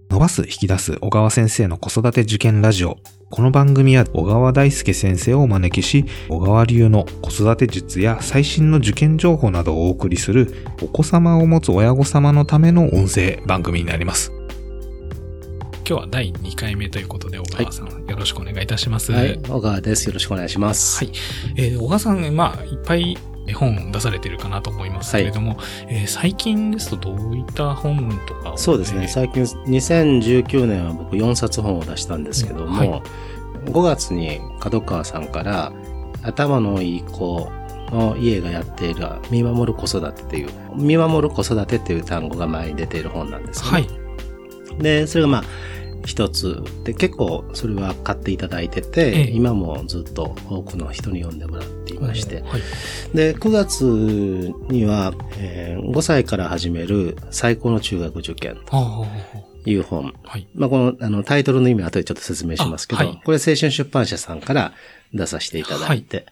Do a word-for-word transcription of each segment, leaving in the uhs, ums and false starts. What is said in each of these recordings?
伸ばす引き出す小川先生の子育て受験ラジオ。この番組は小川大輔先生をお招きし、小川流の子育て術や最新の受験情報などをお送りするお子様を持つ親御様のための音声番組になります。今日はだいにかいめということで、小川さん、はい、よろしくお願いいたします。 はい、小川です。よろしくお願いします。 はい。えー、小川さん、まあ、いっぱい本出されてるかなと思いますけれども、はい、えー、最近ですとどういった本とかを？ そうですね、最近にせんじゅうきゅうねんは僕よんさつ本を出したんですけども、うん、はい、ごがつに角川さんから頭のいい子の家がやっている見守る子育てっていう見守る子育てっていう単語が前に出ている本なんですね。はい。でそれがまあ一つで結構それは買っていただいてて、ええ、今もずっと多くの人に読んでもらっていまして、はい、でくがつには、えー、ごさいから始める最高の中学受験という本、はい、まあ、この、あのタイトルの意味は後でちょっと説明しますけど、はい、これ青春出版社さんから出させていただいて、はい、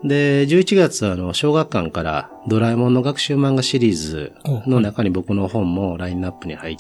でじゅういちがつはあの小学館からドラえもんの学習漫画シリーズの中に僕の本もラインナップに入って、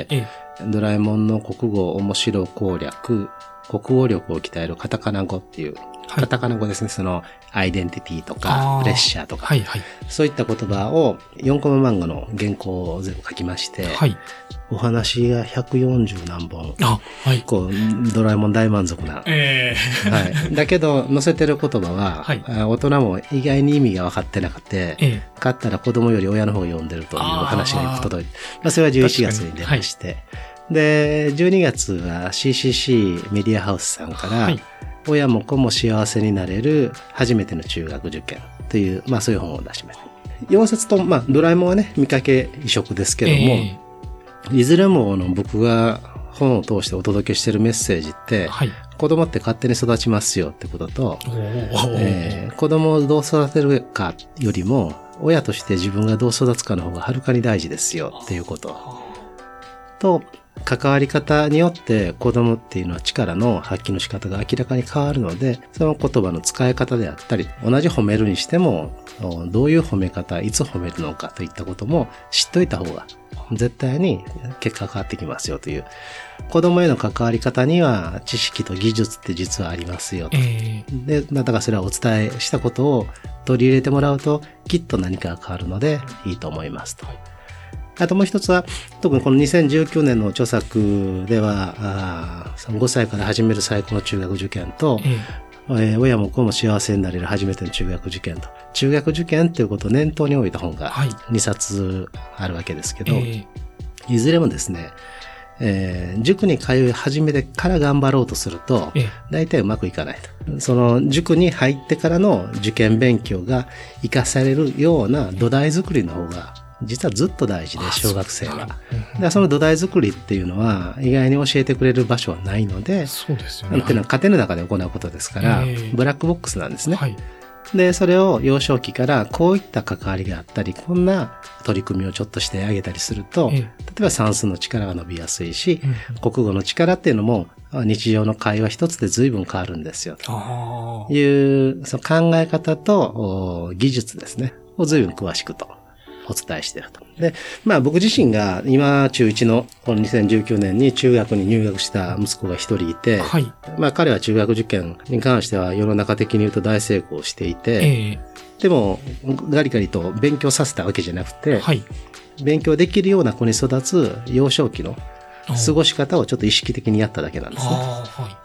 ええ、ドラえもんの国語面白攻略、国語力を鍛えるカタカナ語っていう、はい、カタカナ語ですね、そのアイデンティティとかプレッシャーとか、はいはい、そういった言葉をよんコマ漫画の原稿を全部書きまして、はい、お話がひゃくよんじゅうなんぼん、あ、はい、こうドラえもん大満足な、えーはい、だけど載せてる言葉は、はい、大人も意外に意味が分かってなくて、えー、買ったら子供より親の方が読んでるという話がよく届いて、まあ、それはじゅういちがつに出まして、で、じゅうにがつは シーシーシー メディアハウスさんから、はい、親も子も幸せになれる初めての中学受験という、まあそういう本を出しました。よんさつと、まあドラえもんはね、見かけ異色ですけども、えー、いずれもの僕が本を通してお届けしているメッセージって、はい、子供って勝手に育ちますよってことと、えー、子供をどう育てるかよりも、親として自分がどう育つかの方がはるかに大事ですよっていうことと、関わり方によって子供っていうのは力の発揮の仕方が明らかに変わるので、その言葉の使い方であったり、同じ褒めるにしても、どういう褒め方、いつ褒めるのかといったことも知っといた方が絶対に結果が変わってきますよという。子供への関わり方には知識と技術って実はありますよと。えー、で、だからそれはお伝えしたことを取り入れてもらうときっと何かが変わるのでいいと思いますと。あともう一つは、特にこのにせんじゅうきゅうねんの著作では、あごさいから始める最高の中学受験と、えええー、親も子も幸せになれる初めての中学受験と、中学受験ということを念頭に置いた本がにさつあるわけですけど、はい、いずれもですね、えー、塾に通い始めてから頑張ろうとすると、大体うまくいかないと。その塾に入ってからの受験勉強が活かされるような土台作りの方が、実はずっと大事で、小学生は。そ, その土台作りっていうのは意外に教えてくれる場所はないので、そうですよね。っていうのは家庭の中で行うことですから、えー、ブラックボックスなんですね。はい、で、それを幼少期からこういった関わりがあったり、こんな取り組みをちょっとしてあげたりすると、えー、例えば算数の力が伸びやすいし、うん、国語の力っていうのも日常の会話一つで随分変わるんですよ。というその考え方と技術ですね。を随分詳しくと。お伝えしていると。で、まあ僕自身が今中いちのこのにせんじゅうきゅうねんに中学に入学した息子が一人いて、はい、まあ彼は中学受験に関しては世の中的に言うと大成功していて、えー、でもガリガリと勉強させたわけじゃなくて、はい、勉強できるような子に育つ幼少期の過ごし方をちょっと意識的にやっただけなんですね。はい、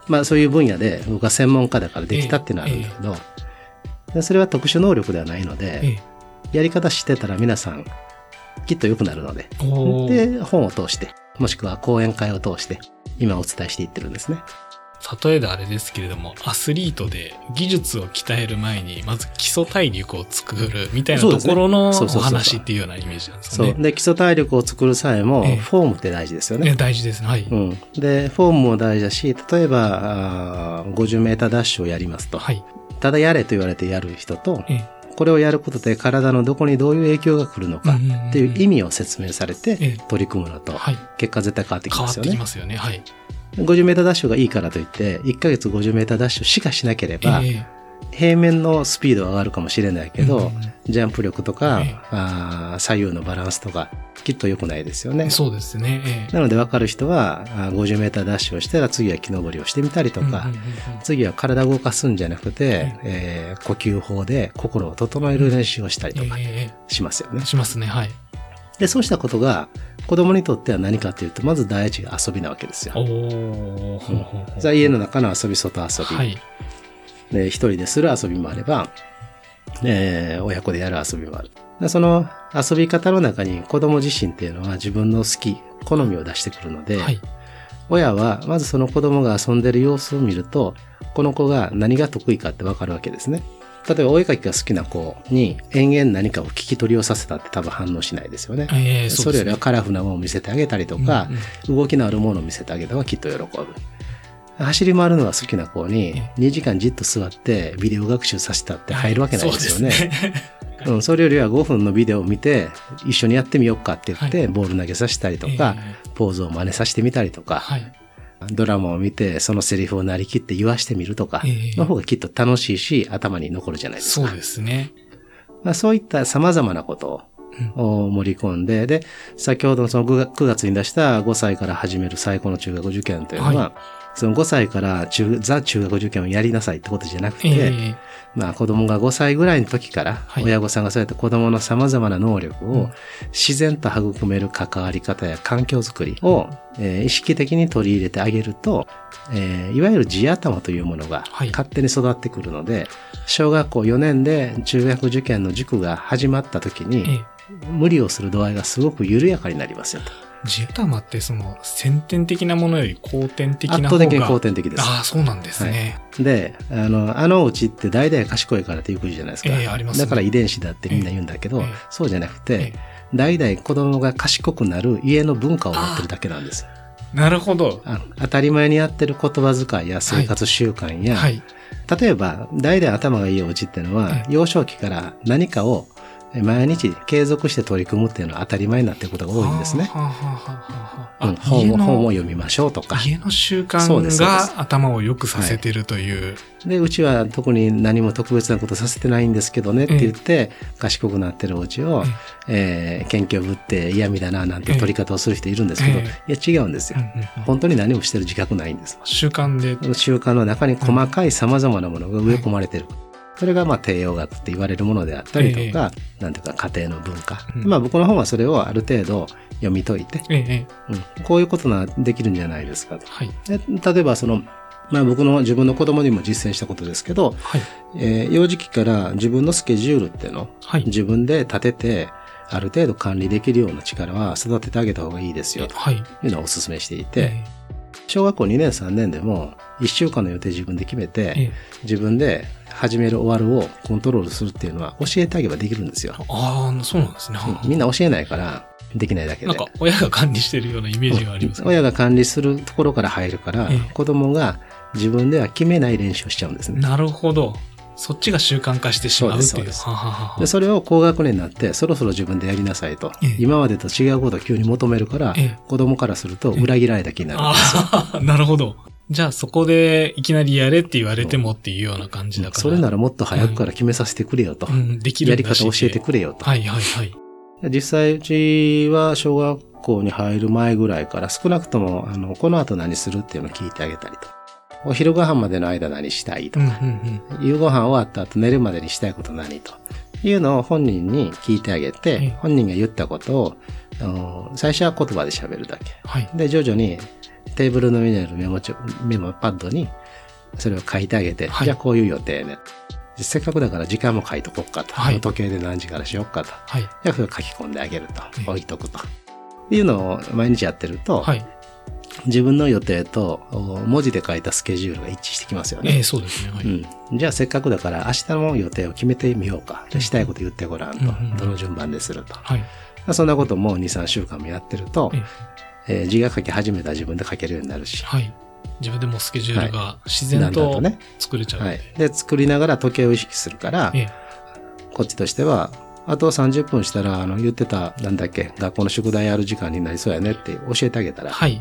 まあそういう分野で僕は専門家だからできたっていうのはあるんだけど、えーえー、それは特殊能力ではないので、えーやり方知ってたら皆さんきっと良くなるので、で本を通してもしくは講演会を通して今お伝えしていってるんですね。 例えばあれですけれども、アスリートで技術を鍛える前にまず基礎体力を作るみたいなところのお話っていうようなイメージなんですね。 そうで基礎体力を作る際もフォームって大事ですよね。 ええ、大事ですね。はい。 うん、でフォームも大事だし、例えばごじゅうメーターダッシュをやりますと、はい、ただやれと言われてやる人と、ええこれをやることで体のどこにどういう影響が来るのかっていう意味を説明されて取り組むのと結果絶対変わってきますよね。 変わってきますよね。はい。 ごじゅうメーターダッシュがいいからといっていっかげつごじゅうメーターダッシュしかしなければ平面のスピードは上がるかもしれないけどジャンプ力とかあ左右のバランスとかきっと良くないですよね。 そうですね。ええ、 なので分かる人は、ごじゅうメーターダッシュをしたら次は木登りをしてみたりとか、うんうんうんうん、次は体を動かすんじゃなくて、うんえー、呼吸法で心を整える練習をしたりとかしますよね。 ええ、しますね。はい。 で、そうしたことが子供にとっては何かというと、まず第一が遊びなわけですよ。おー、ほうほうほう。じゃあ家の中の遊び、外遊び。はい。で、一人でする遊びもあれば、えー、親子でやる遊びもある。でその遊び方の中に子供自身っていうのは自分の好き、好みを出してくるので、はい、親はまずその子供が遊んでる様子を見ると、この子が何が得意かってわかるわけですね。例えばお絵描きが好きな子に延々何かを聞き取りをさせたって多分反応しないですよね。えー、そ, それよりはカラフルなものを見せてあげたりとか、うんうん、動きのあるものを見せてあげた方がきっと喜ぶ。走り回るのが好きな子ににじかんじっと座ってビデオ学習させたって入るわけないですよね。そうですね。うん、それよりはごふんのビデオを見て一緒にやってみようかって言って、はい、ボール投げさせたりとか、えー、ポーズを真似させてみたりとか、はい、ドラマを見てそのセリフをなりきって言わしてみるとかの方がきっと楽しいし頭に残るじゃないですか。 そうですね。 まあ、そういった様々なことを盛り込んで、で、先ほどのそのくがつに出したごさいから始める最高の中学受験というのは、はい、そのごさいから中ザ中学受験をやりなさいってことじゃなくて、えー、まあ子供がごさいぐらいの時から親御さんがそうやって子供の様々な能力を自然と育める関わり方や環境づくりを、えー、意識的に取り入れてあげると、えー、いわゆる地頭というものが勝手に育ってくるので、はい、小学校よねんで中学受験の塾が始まった時に、えー、無理をする度合いがすごく緩やかになりますよと。 地頭ってその先天的なものより後天的な方が圧倒的に後天的です。 ああ、そうなんですね。 はい、で、あの、あのうちって代々賢いからってよく言うじゃないですか。えー、ありますね。だから遺伝子だってみんな言うんだけど、えー、そうじゃなくて、えー、代々子供が賢くなる家の文化を持ってるだけなんです。 なるほど。 あ当たり前にやってる言葉遣いや生活習慣や、はいはい、例えば代々頭がいいお家っていうのは、えー、幼少期から何かを毎日継続して取り組むっていうのは当たり前になっていることが多いんですね。うん、本を、本を読みましょうとか。 家の習慣が頭を良くさせてるという。 はい、で、うちは特に何も特別なことさせてないんですけどねって言って、ええ、賢くなってるお家を、ええー、謙虚ぶって嫌味だななんて取り方をする人いるんですけど、ええ、いや違うんですよ、うんうんうん。本当に何もしてる自覚ないんです。 習慣で。 習慣の中に細かい様々なものが植え込まれてる。うん、それがまあ帝王学って言われるものであったりとか、ええ、なんていうか家庭の文化、うん、まあ僕の本はそれをある程度読み解いて、ええうん、こういうことができるんじゃないですかと、はい、で例えばそのまあ僕の自分の子供にも実践したことですけど、はいえー、幼児期から自分のスケジュールっていうのを自分で立ててある程度管理できるような力は育ててあげた方がいいですよというのをお勧めしていて、ええ、小学校にねんさんねんでもいっしゅうかんの予定自分で決めて、ええ、自分で始める終わるをコントロールするっていうのは教えてあげればできるんですよ。 ああ、そうなんですね、 うん。みんな教えないからできないだけで。 なんか親が管理してるようなイメージがありますね、 うん。親が管理するところから入るから、ええ、子供が自分では決めない練習をしちゃうんですね。 なるほど。そっちが習慣化してしまうっていう。そうです。 はははでそれを高学年になってそろそろ自分でやりなさいと、ええ、今までと違うことを急に求めるから、ええ、子供からすると裏切られた気になるんですよ。 あなるほど。じゃあそこでいきなりやれって言われてもっていうような感じだから。 それならもっと早くから決めさせてくれよと。うん、できるやり方を教えてくれよと。 はいはいはい。 実際うちは小学校に入る前ぐらいから少なくともあのこの後何するっていうのを聞いてあげたりと。お昼ご飯までの間何したいとか、うんうんうん、夕ご飯終わった後寝るまでにしたいこと何というのを本人に聞いてあげて、うん、本人が言ったことを最初は言葉で喋るだけ、はい、で徐々にテーブルの上にあるメモメモパッドにそれを書いてあげて、はい、じゃあこういう予定ね、せっかくだから時間も書いとこっかと、はい、時計で何時からしよっかと、はい、じゃあそれを書き込んであげると、はい、置いとくというのを毎日やってると、はい、自分の予定と文字で書いたスケジュールが一致してきますよね。 ええ、そうですね。はい。 うん。じゃあせっかくだから明日の予定を決めてみようか。じゃあしたいこと言ってごらんと。うんうんうん、どの順番ですると。はい。そんなこともに、さんしゅうかんもやってると、ええー、字が書き始めたら自分で書けるようになるし。 はい。自分でもスケジュールが自然と作れちゃう、 はい。で、作りながら時計を意識するから、ええ、こっちとしては、あとさんじゅっぷんしたら、あの、言ってた、なんだっけ、学校の宿題やる時間になりそうやねって教えてあげたら、はい。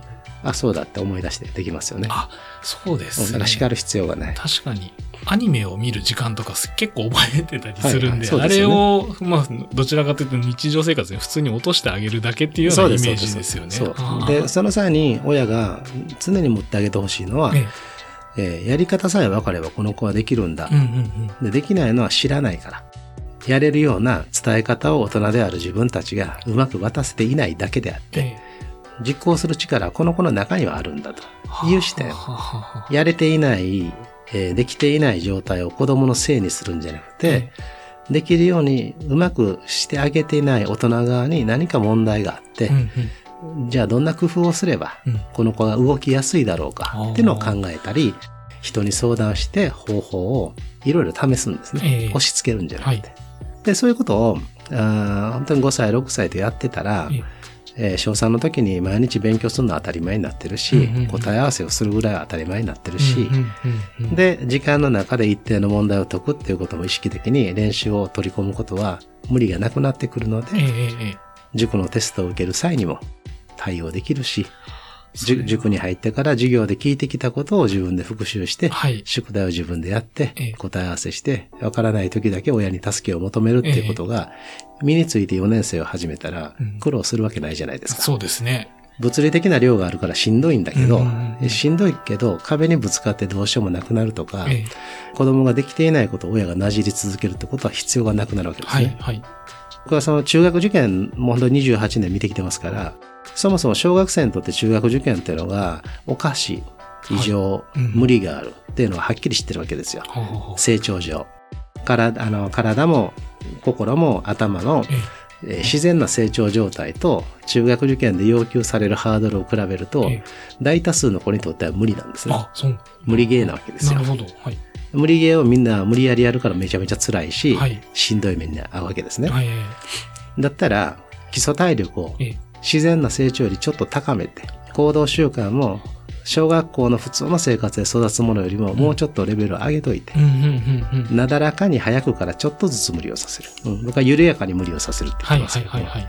あ、そうだって思い出してできますよね。 あ、そうですね。 だから叱る必要がない。 確かに。アニメを見る時間とか結構覚えてたりするんで、 はいはい、でね、 ね、 あれを、まあ、どちらかというと日常生活で普通に落としてあげるだけっていうようなイメージですよね。 そうで、その際に親が常に持ってあげてほしいのは、えええー、やり方さえ分かればこの子はできるんだ、うんうんうん、で。できないのは知らないから。やれるような伝え方を大人である自分たちがうまく渡せていないだけであって、ええ、実行する力はこの子の中にはあるんだという視点。やれていない、えー、できていない状態を子供のせいにするんじゃなくて、えー、できるようにうまくしてあげていない大人側に何か問題があって、うんうん、じゃあどんな工夫をすれば、うん、この子が動きやすいだろうかっていうのを考えたり、人に相談して方法をいろいろ試すんですね。えー、押し付けるんじゃなくて。はい、で、そういうことをあ本当にごさい、ろくさいとやってたら、えーえー、小さんの時に毎日勉強するのは当たり前になってるし、うんうんうん、答え合わせをするぐらいは当たり前になってるし、うんうんうんうん、で、時間の中で一定の問題を解くっていうことも意識的に練習を取り込むことは無理がなくなってくるので、えー、塾のテストを受ける際にも対応できるし、塾に入ってから授業で聞いてきたことを自分で復習して、はい、宿題を自分でやって、えー、答え合わせして、わからない時だけ親に助けを求めるっていうことが、身についてよねん生を始めたら苦労するわけないじゃないですか。 うん、そうですね。 物理的な量があるからしんどいんだけど、うんうん、しんどいけど壁にぶつかってどうしようもなくなるとか、えー、子供ができていないことを親がなじり続けるってことは必要がなくなるわけですね。はいはい、僕はその中学受験も本当ににじゅうはちねん見てきてますから、そもそも小学生にとって中学受験っていうのがおかしい、異常、はいうん、無理があるっていうのははっきり知ってるわけですよ。ほうほう成長上。からあの体も心も頭の、えー、自然な成長状態と中学受験で要求されるハードルを比べると、大多数の子にとっては無理なんですね。あ、そう。無理ゲーなわけですよ。なるほど。はい。無理ゲーをみんな無理やりやるからめちゃめちゃ辛いし、はい、しんどい目に遭うわけですね。はい、だったら基礎体力を自然な成長よりちょっと高めて、行動習慣も小学校の普通の生活で育つものよりももうちょっとレベルを上げといて、なだらかに早くからちょっとずつ無理をさせる。うん、僕は緩やかに無理をさせるって言ってますけど、はいはいはいはい、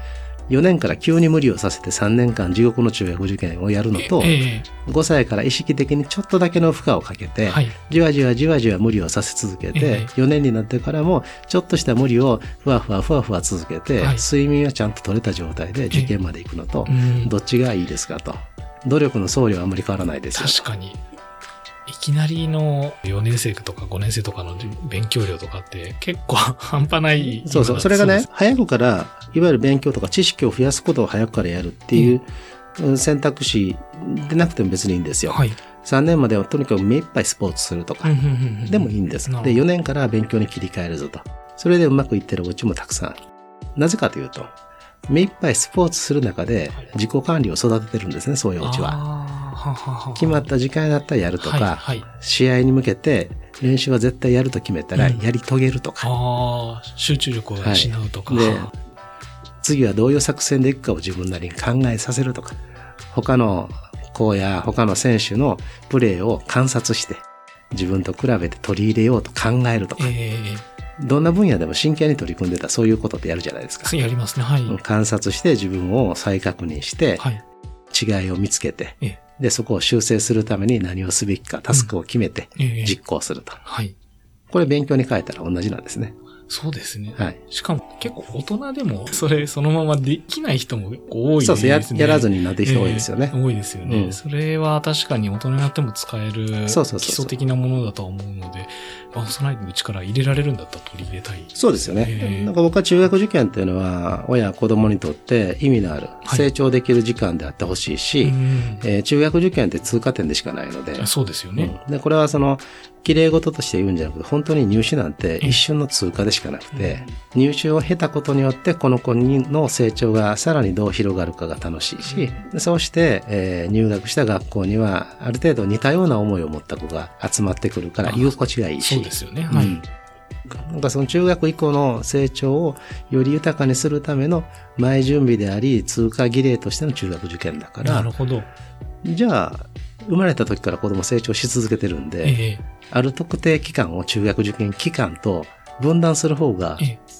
よねんから急に無理をさせてさんねんかん地獄の中学受験をやるのと、ええ、ごさいから意識的にちょっとだけの負荷をかけて、はい、じわじわじわじわ無理をさせ続けて、ええ、よねんになってからもちょっとした無理をふわふわふわふわ続けて、はい、睡眠はちゃんと取れた状態で受験まで行くのと、え、どっちがいいですかと。努力の総量はあんまり変わらないですよ。 確かに。いきなりのよねん生とかごねん生とかの勉強量とかって結構半端ない。 そうそう。それがね、早くから、いわゆる勉強とか知識を増やすことを早くからやるっていう選択肢でなくても別にいいんですよ。はい、さんねんまではとにかく目いっぱいスポーツするとかでもいいんです。で、よねんから勉強に切り替えるぞと。それでうまくいってるお家もたくさんある。なぜかというと、目いっぱいスポーツする中で自己管理を育ててるんですね、そういうお家は。決まった時間だったらやるとか、はいはい、試合に向けて練習は絶対やると決めたらやり遂げるとか。うん、 あ集中力を失うとか、 はい。で、次はどういう作戦でいくかを自分なりに考えさせるとか。他の子や他の選手のプレーを観察して自分と比べて取り入れようと考えるとか。えーどんな分野でも真剣に取り組んでたらそういうことってやるじゃないですか。 やりますね。はい。 観察して自分を再確認して、はい、違いを見つけて、ええ、で、そこを修正するために何をすべきか、タスクを決めて実行すると。うんええ、はい。これ勉強に変えたら同じなんですね。 そうですね。はい。しかも結構大人でもそれそのままできない人も多いですね。そうです。や、やらずになってる人多いですよね。 えー、多いですよね、うん。それは確かに大人になっても使える基礎的なものだと思うので、幼いうちから入れられるんだったら取り入れたい。 そうですよね。えー、なんか僕は中学受験っていうのは親子供にとって意味のある、はい、成長できる時間であってほしいし、えー、中学受験って通過点でしかないので。 そうですよね。 うん、で、これはその綺麗事として言うんじゃなくて、本当に入試なんて一瞬の通過でしかなくて、うん、入試を経たことによってこの子の成長がさらにどう広がるかが楽しいし、そうして、えー、入学した学校にはある程度似たような思いを持った子が集まってくるから居心地がいいし。 そうですよね。はい。うん、 なんかその中学以降の成長をより豊かにするための前準備であり、通過儀礼としての中学受験だから。 なるほど。 じゃあ、生まれた時から子供成長し続けてるんで、ええ、ある特定期間を中学受験期間と分断する方が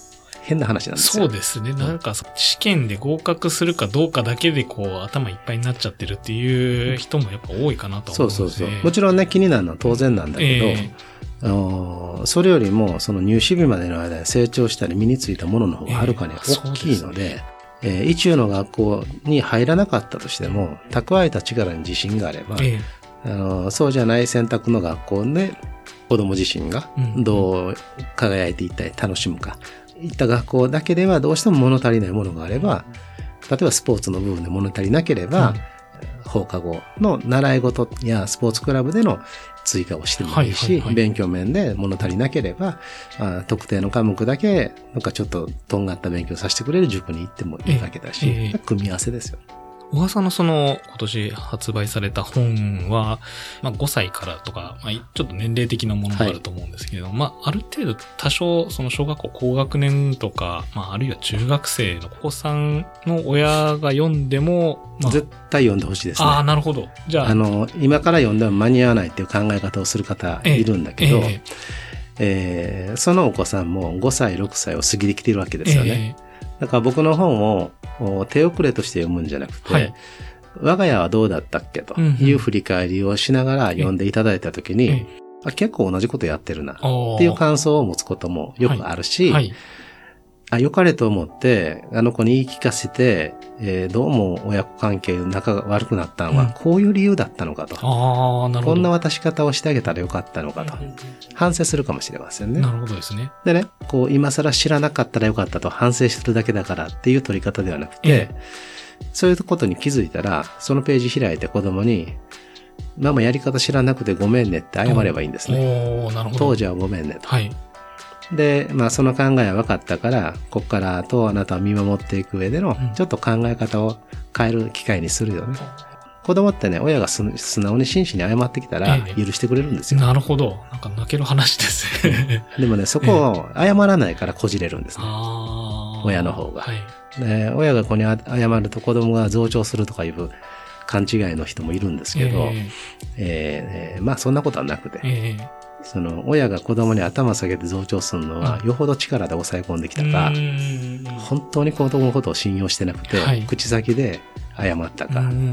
変な話なんですよ。 そうですね。なんか試験で合格するかどうかだけでこう頭いっぱいになっちゃってるっていう人もやっぱ多いかなと思うんですね。 そうそうそう。もちろんね、気になるのは当然なんだけど、えーあのそれよりもその入試日までの間に成長したり身についたものの方がはるかに大きいので、えーえー、意中の学校に入らなかったとしても蓄えた力に自信があれば、えー、あのそうじゃない選択の学校で子供自身がどう輝いていったり楽しむか、いった学校だけではどうしても物足りないものがあれば、例えばスポーツの部分で物足りなければ、うん、放課後の習い事やスポーツクラブでの追加をしてもいいし、はいはいはい、勉強面で物足りなければ、あ特定の科目だけなんかちょっととんがった勉強させてくれる塾に行ってもいいわけだし、ええ、組み合わせですよ。 小川さんのその今年発売された本は、まあ、ごさいからとか、まあ、ちょっと年齢的なものがあると思うんですけれども、はい、まあ、ある程度多少その小学校高学年とか、まあ、あるいは中学生のお子さんの親が読んでも、 まあ、絶対読んでほしいですね。 ああ、なるほど。じゃあ、 あの、今から読んでも間に合わないっていう考え方をする方いるんだけど、えええー、そのお子さんもごさい、ろくさいを過ぎてきてるわけですよね。ええだから僕の本を手遅れとして読むんじゃなくて、はい、我が家はどうだったっけという振り返りをしながら読んでいただいたときに、うんうん、あ結構同じことやってるなっていう感想を持つこともよくあるし、はいはい、あ良かれと思ってあの子に言い聞かせて、えー、どうも親子関係仲が悪くなったのはこういう理由だったのかと、うん、あなるほどこんな渡し方をしてあげたらよかったのかと、うん、反省するかもしれませんね。 なるほどですね。 でね、こう今更知らなかったらよかったと反省してるだけだからっていう取り方ではなくて、ええ、そういうことに気づいたらそのページ開いて子供にママやり方知らなくてごめんねって謝ればいいんですね。おなるほど。当時はごめんねと。はい。で、まあその考えは分かったから、ここからとあなたを見守っていく上での、ちょっと考え方を変える機会にするよね。うん、子供ってね、親が素直に真摯に謝ってきたら、許してくれるんですよ。 ええ、なるほど。なんか泣ける話ですね。 でもね、そこを謝らないからこじれるんですね。あ親の方が、はい。で。親が子に謝ると子供が増長するとかいう勘違いの人もいるんですけど、えええー、まあそんなことはなくて、ええその親が子供に頭下げて増長するのはよほど力で抑え込んできたか、うん、本当に子供のことを信用してなくて、はい、口先で謝ったか、うんうんうん、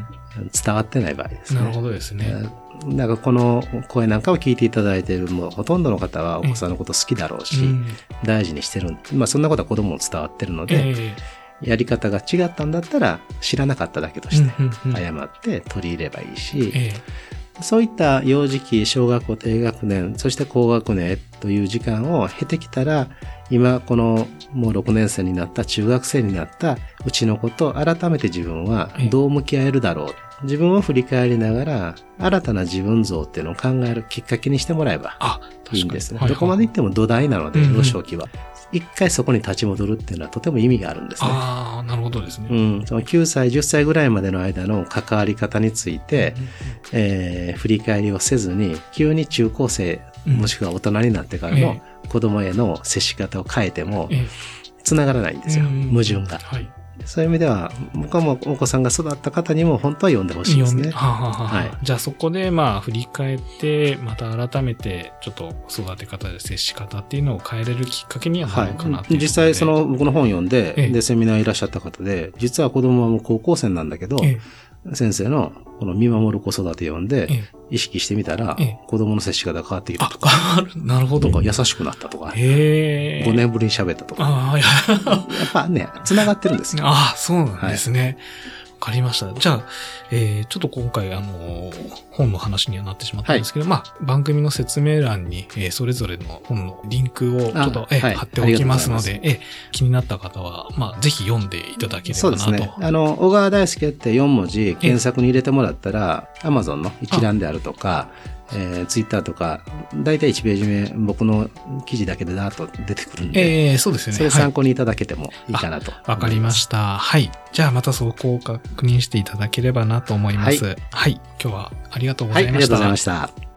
伝わってない場合ですね。 なるほどですね。 だからこの声なんかを聞いていただいているもうほとんどの方はお子さんのこと好きだろうし、うん、大事にしてる。まあそんなことは子供も伝わってるので、えー、やり方が違ったんだったら知らなかっただけとして謝って取り入れればいいし、えーそういった幼児期、小学校低学年、そして高学年という時間を経てきたら、今このもうろくねん生になった中学生になったうちの子と改めて自分はどう向き合えるだろう。自分を振り返りながら新たな自分像っていうのを考えるきっかけにしてもらえばいいんですね。はいはい、どこまで行っても土台なので、幼少期は。一回そこに立ち戻るっていうのはとても意味があるんですね。 ああ、なるほどですね。 うん。そのきゅうさい、じゅっさいぐらいまでの間の関わり方について、うんえー、振り返りをせずに、急に中高生、もしくは大人になってからの子供への接し方を変えても、繋がらないんですよ。矛盾が。はいそういう意味では、僕はもうお子さんが育った方にも本当は読んでほしいですね。ははははい、じゃあそこでまあ振り返って、また改めてちょっと育て方で接し方っていうのを変えれるきっかけにはなるのかなっていう、はい、 実際その僕の本読んで、ええ、でセミナーいらっしゃった方で、実は子供はもう高校生なんだけど、ええ、先生のこの見守る子育て読んで、ええ、意識してみたら、ええ、子供の接し方が変わってきたとか。 あ、変わる。なるほど。 とか優しくなったとか。へごねんぶりに喋ったとか。ああ、やっぱね、繋がってるんですよ。 ああ、そうなんですね。はいわかりました。じゃあ、えー、ちょっと今回、あのー、本の話にはなってしまったんですけど、はい、まあ、番組の説明欄に、えー、それぞれの本のリンクをちょっと、えーはい、貼っておきますので、えー、気になった方は、まあ、ぜひ読んでいただければなと。 そうですね。あの、小川大輔ってよん文字検索に入れてもらったら、Amazon の一覧であるとか、えー、ツイッターとか、だいたいいちページ目、僕の記事だけでだーっと出てくるんで。 ええー、そうですね。 それ参考にいただけてもいいかなと。 わかりました。はい。じゃあまたそこを確認していただければなと思います。はい。はい、今日はありがとうございました。 はい、ありがとうございました。